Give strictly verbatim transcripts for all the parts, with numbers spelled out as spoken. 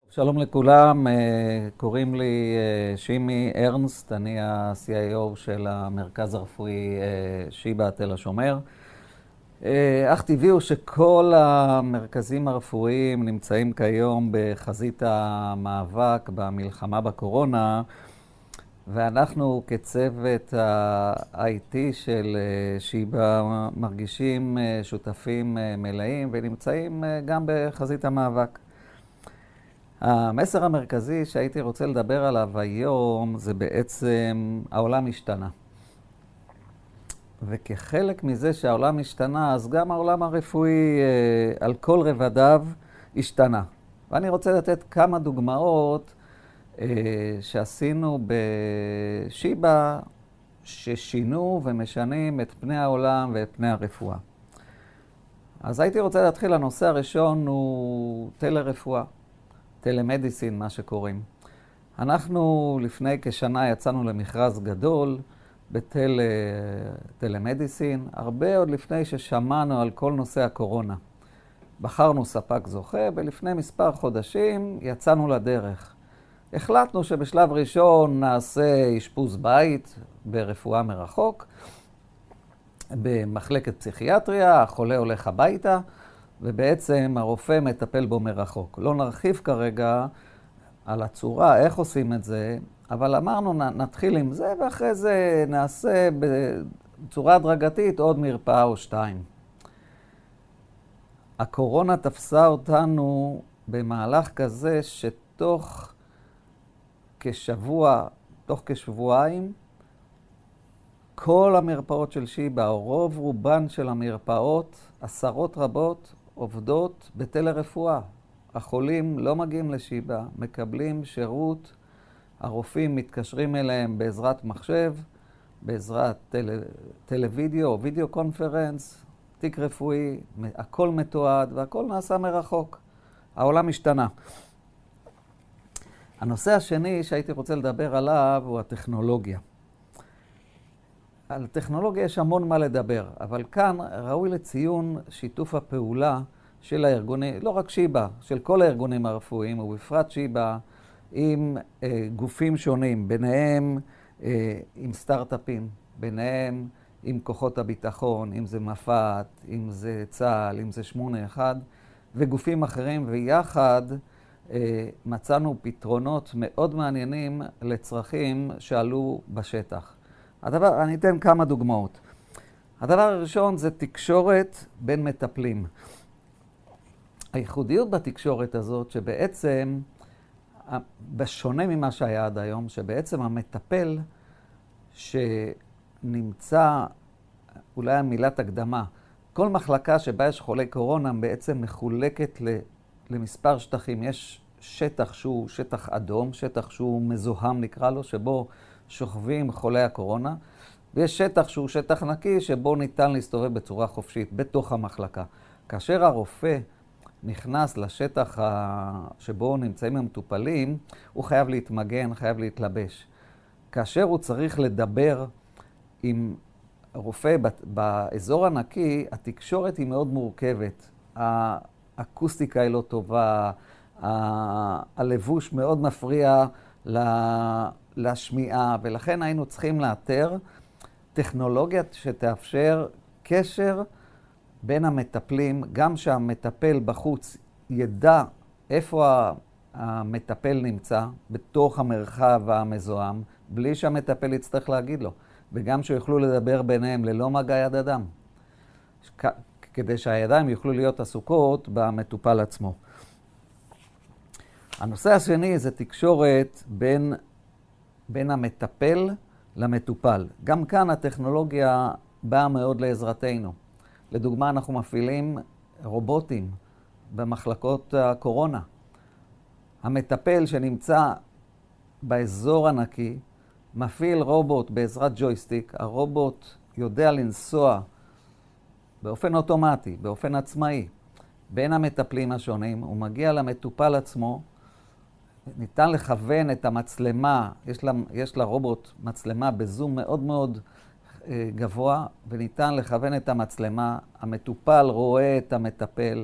שלום לכולם, קוראים לי שימי ארנסט, אני ה-סי איי או של המרכז הרפואי שיבא תל השומר. אך טבעי הוא שכל המרכזים הרפואיים נמצאים כיום בחזית המאבק במלחמה בקורונה, ואנחנו כצוות ה-איי טי של שיבא מרגישים שותפים מלאים ונמצאים גם בחזית המאבק. המסר המרכזי שהייתי רוצה לדבר עליו היום זה בעצם העולם השתנה. וכחלק מזה שהעולם השתנה, אז גם העולם הרפואי על כל רבדיו השתנה. ואני רוצה לתת כמה דוגמאות שעשינו בשיבא ששינו ומשנים את פני העולם ואת פני הרפואה. אז הייתי רוצה להתחיל, הנושא הראשון הוא טלרפואה. טלמדיסין, מה שקוראים. אנחנו לפני כשנה יצאנו למכרז גדול בטלמדיסין, הרבה עוד לפני ששמענו על כל נושא הקורונה. בחרנו ספק זוכה, ולפני מספר חודשים יצאנו לדרך. החלטנו שבשלב ראשון נעשה אשפוז בית ברפואה מרחוק, במחלקת פסיכיאטריה, החולה הולך הביתה, ובעצם הרופא מטפל בו מרחוק. לא נרחיב כרגע על הצורה, איך עושים את זה, אבל אמרנו נתחיל עם זה, ואחרי זה נעשה בצורה הדרגתית עוד מרפאה או שתיים. הקורונה תפסה אותנו במהלך כזה שתוך כשבוע, תוך כשבועיים, כל המרפאות של שיבא, או רוב רובן של המרפאות, עשרות רבות, עובדות בטלרפואה. החולים לא מגיעים לשיבא, מקבלים שירות, הרופאים מתקשרים אליהם בעזרת מחשב, בעזרת טל... טלווידאו או וידאו קונפרנס, תיק רפואי, הכל מתועד והכל נעשה מרחוק. העולם השתנה. הנושא השני שהייתי רוצה לדבר עליו הוא הטכנולוגיה. על טכנולוגיה יש המון מה לדבר, אבל כאן ראוי לציון שיתוף הפעולה של הארגונים, לא רק שיבא, של כל הארגונים הרפואיים, ובפרט שיבא, עם אה, גופים שונים, ביניהם אה, עם סטארט-אפים, ביניהם עם כוחות הביטחון, אם זה מפת, אם זה צה"ל, אם זה שמונה אחד, וגופים אחרים, ויחד אה, מצאנו פתרונות מאוד מעניינים לצרכים שעלו בשטח. הדבר, אני אתן כמה דוגמאות. הדבר הראשון זה תקשורת בין מטפלים. הייחודיות בתקשורת הזאת שבעצם, בשונה ממה שהיה עד היום, שבעצם המטפל שנמצא, אולי המילת הקדמה, כל מחלקה שבה יש חולי קורונה בעצם מחולקת למספר שטחים. יש שטח שהוא שטח אדום, שטח שהוא מזוהם נקרא לו, שבו שוכבים חולי הקורונה, ויש שטח שהוא שטח נקי שבו ניתן להסתובב בצורה חופשית בתוך המחלקה. כאשר הרופא נכנס לשטח שבו נמצאים המטופלים, הוא חייב להתמגן, חייב להתלבש. כאשר הוא צריך לדבר עם רופא באזור הנקי, התקשורת היא מאוד מורכבת. האקוסטיקה היא לא טובה, הלבוש מאוד מפריע לשמיעה, ולכן היינו צריכים לאתר טכנולוגיה שתאפשר קשר בין המטפלים, גם שהמטפל בחוץ ידע איפה המטפל נמצא בתוך המרחב המזוהם, בלי שהמטפל יצטרך להגיד לו, וגם שיוכלו לדבר ביניהם ללא מגע יד אדם, כדי שהידיים יוכלו להיות עסוקות במטופל עצמו. הנושא השני זה תקשורת בין, בין המטפל למטופל. גם כאן הטכנולוגיה באה מאוד לעזרתנו. לדוגמה, אנחנו מפעילים רובוטים במחלקות הקורונה. המטפל שנמצא באזור הנקי מפעיל רובוט בעזרת ג'ויסטיק. הרובוט יודע לנסוע באופן אוטומטי, באופן עצמאי, בין המטפלים השונים. הוא מגיע למטופל עצמו, ניתן לכוון את המצלמה, יש, לה, יש לרובוט מצלמה בזום מאוד מאוד גבוה, וניתן לכוון את המצלמה. המטופל רואה את המטפל,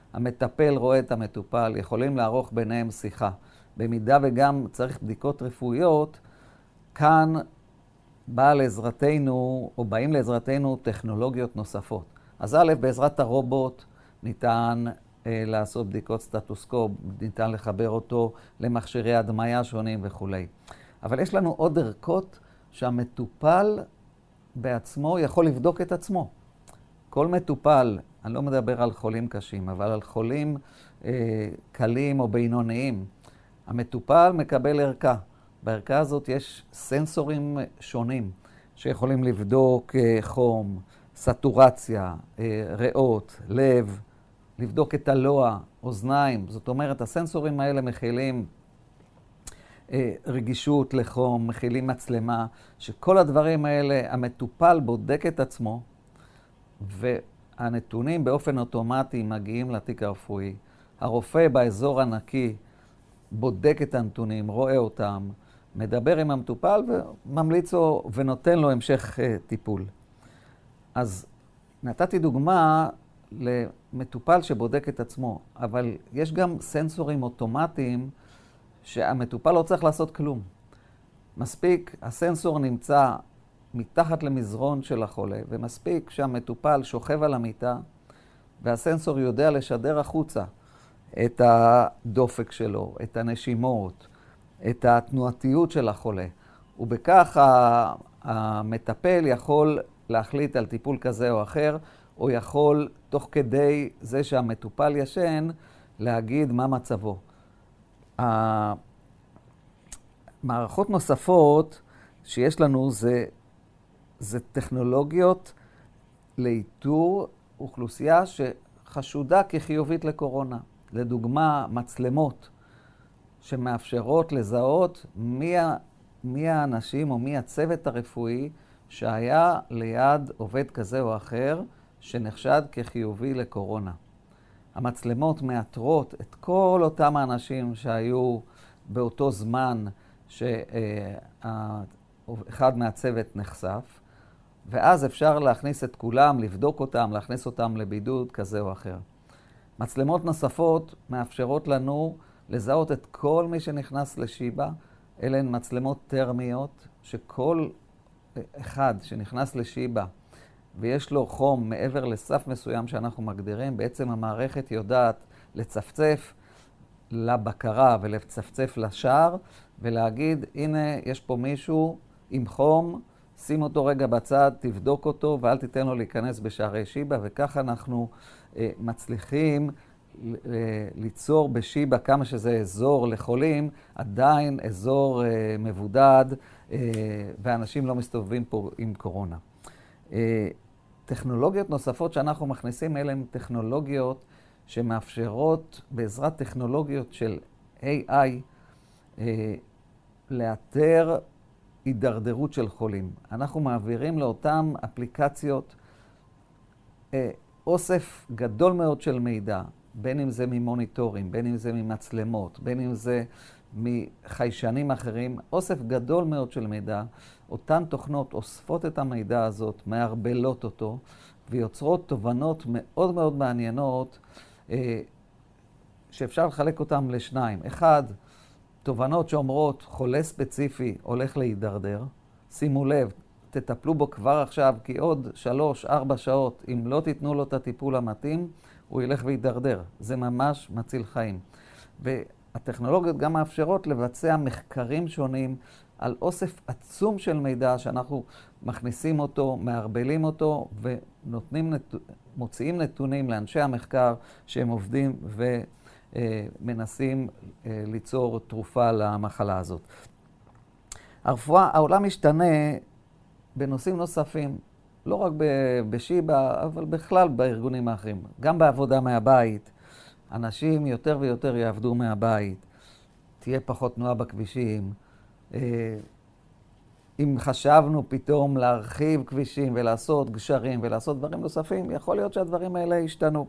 המטפל רואה את המטופל, יכולים לערוך ביניהם שיחה. במידה וגם צריך בדיקות רפואיות, כאן באה לעזרתנו, או באים לעזרתנו טכנולוגיות נוספות. אז א', בעזרת הרובוט ניתן אה, לעשות בדיקות סטטוסקופ, ניתן לחבר אותו למכשירי הדמיה שונים וכו'. אבל יש לנו עוד ערכות שהמטופל בעצמו יכול לבדוק את עצמו. כל מטופל, אני לא מדבר על חולים קשים, אבל על חולים אה, קלים או בינוניים, המטופל מקבל ערכה. בערכה הזאת יש סנסורים שונים שיכולים לבדוק אה, חום, סטורציה, אה, ריאות, לב, לבדוק את הלוע, אוזניים. זאת אומרת, הסנסורים האלה מכילים אה, רגישות לחום, מכילים מצלמה, שכל הדברים האלה, המטופל בודק את עצמו, והנתונים באופן אוטומטי מגיעים לתיק הרפואי. הרופא באזור הנקי בודק את הנתונים, רואה אותם, מדבר עם המטופל וממליץ לו ונותן לו המשך uh, טיפול. אז נתתי דוגמה למטופל שבודק את עצמו, אבל יש גם סנסורים אוטומטיים שהמטופל לא צריך לעשות כלום. מספיק, הסנסור נמצא מתחת למזרון של החולה, ומספיק שהמטופל שוכב על המיטה, והסנסור יודע לשדר החוצה את הדופק שלו, את הנשימות, את התנועתיות של החולה. ובכך המטפל יכול להחליט על טיפול כזה או אחר, או יכול תוך כדי זה שהמטופל ישן, להגיד מה מצבו. מערכות נוספות שיש לנו זה, זה טכנולוגיות לאיתור אוכלוסייה שחשודה כחיובית לקורונה. לדוגמה, מצלמות שמאפשרות לזהות מי, מי האנשים או מי הצוות הרפואי שהיה ליד עובד כזה או אחר שנחשד כחיובי לקורונה. המצלמות מאתרות את כל אותם האנשים שהיו באותו זמן שאחד מהצוות נחשף, ואז אפשר להכניס את כולם, לבדוק אותם, להכניס אותם לבידוד כזה או אחר. מצלמות נוספות מאפשרות לנו לזהות את כל מי שנכנס לשיבא. אלה הן מצלמות טרמיות, שכל אחד שנכנס לשיבא ויש לו חום מעבר לסף מסוים שאנחנו מגדירים, בעצם המערכת יודעת לצפצף לבקרה ולצפצף לשער, ולהגיד, הנה, יש פה מישהו עם חום, שים אותו רגע בצד, תבדוק אותו, ואל תיתן לו להיכנס בשערי שיבא, וכך אנחנו אה, מצליחים ליצור בשיבא, כמה שזה אזור לחולים, עדיין אזור אה, מבודד, אה, ואנשים לא מסתובבים פה עם קורונה. אה, טכנולוגיות נוספות שאנחנו מכניסים, אלה הן טכנולוגיות שמאפשרות בעזרת טכנולוגיות של איי איי אה, לאתר הידרדרות של חולים. אנחנו מעבירים לאותן אפליקציות אה, אוסף גדול מאוד של מידע, בין אם זה ממוניטורים, בין אם זה ממצלמות, בין אם זה מחיישנים אחרים, אוסף גדול מאוד של מידע. אותן תוכנות אוספות את המידע הזאת, מערבלות אותו, ויוצרות תובנות מאוד מאוד מעניינות, אה, שאפשר לחלק אותם לשניים. אחד, תובנות שאומרות חולה ספציפי הולך להידרדר. שימו לב, תטפלו בו כבר עכשיו, כי עוד שלוש, ארבע שעות, אם לא תיתנו לו את הטיפול המתאים, הוא ילך וידרדר. זה ממש מציל חיים. והטכנולוגיות גם מאפשרות לבצע מחקרים שונים על אוסף עצום של מידע שאנחנו מכניסים אותו, מערבלים אותו ונותנים, מוציאים נתונים לאנשי המחקר שהם עובדים ומנסים ליצור תרופה למחלה הזאת. הרפואה, העולם משתנה בנושאים נוספים, לא רק בשיבא, אבל בכלל בארגונים האחרים. גם בעבודה מהבית, אנשים יותר ויותר יעבדו מהבית, תהיה פחות תנועה בכבישים. אם חשבנו פתאום להרחיב כבישים ולעשות גשרים ולעשות דברים נוספים, יכול להיות שהדברים האלה ישתנו.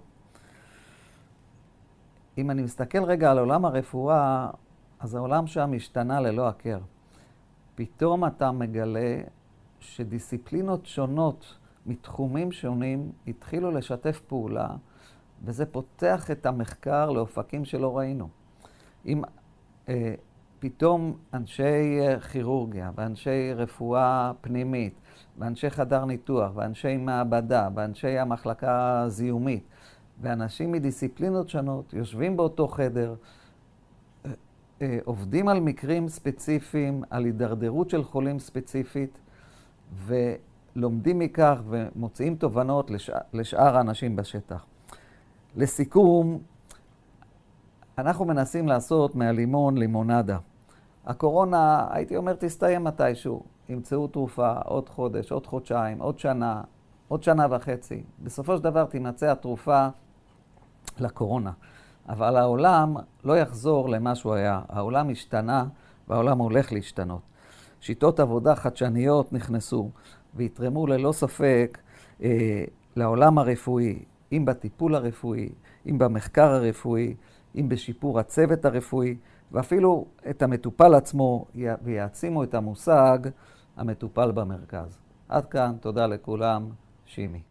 אם אני מסתכל רגע על עולם הרפואה, אז העולם שם השתנה ללא הכר. פתאום אתה מגלה שדיסציפלינות שונות מתחומים שונים התחילו לשתף פעולה וזה פותח את המחקר לאופקים שלא ראינו. אם אה, פתאום אנשי כירורגיה ואנשי רפואה פנימית ואנשי חדר ניתוח ואנשי מעבדה ואנשי המחלקה הזיהומית ואנשים מדיסציפלינות שונות יושבים באותו חדר, אה, אה, עובדים על מקרים ספציפיים, על הידרדרות של חולים ספציפית, ולומדים מכך ומוציאים תובנות לשאר, לשאר האנשים בשטח. לסיכום, אנחנו מנסים לעשות מהלימון לימונדה. הקורונה, הייתי אומר, תסתיים מתישהו. ימצאו תרופה עוד חודש, עוד חודשיים, עוד שנה, עוד שנה וחצי. בסופו של דבר תימצא התרופה לקורונה. אבל העולם לא יחזור למה שהוא היה. העולם השתנה והעולם הולך להשתנות. שיטות עבודה חדשניות נכנסו ויתרמו ללא ספק אה, לעולם הרפואי, אם בטיפול הרפואי, אם במחקר הרפואי, אם בשיפור הצוות הרפואי, ואפילו את המטופל עצמו, ויעצימו את המושג המטופל במרכז. עד כאן, תודה לכולם, שימי.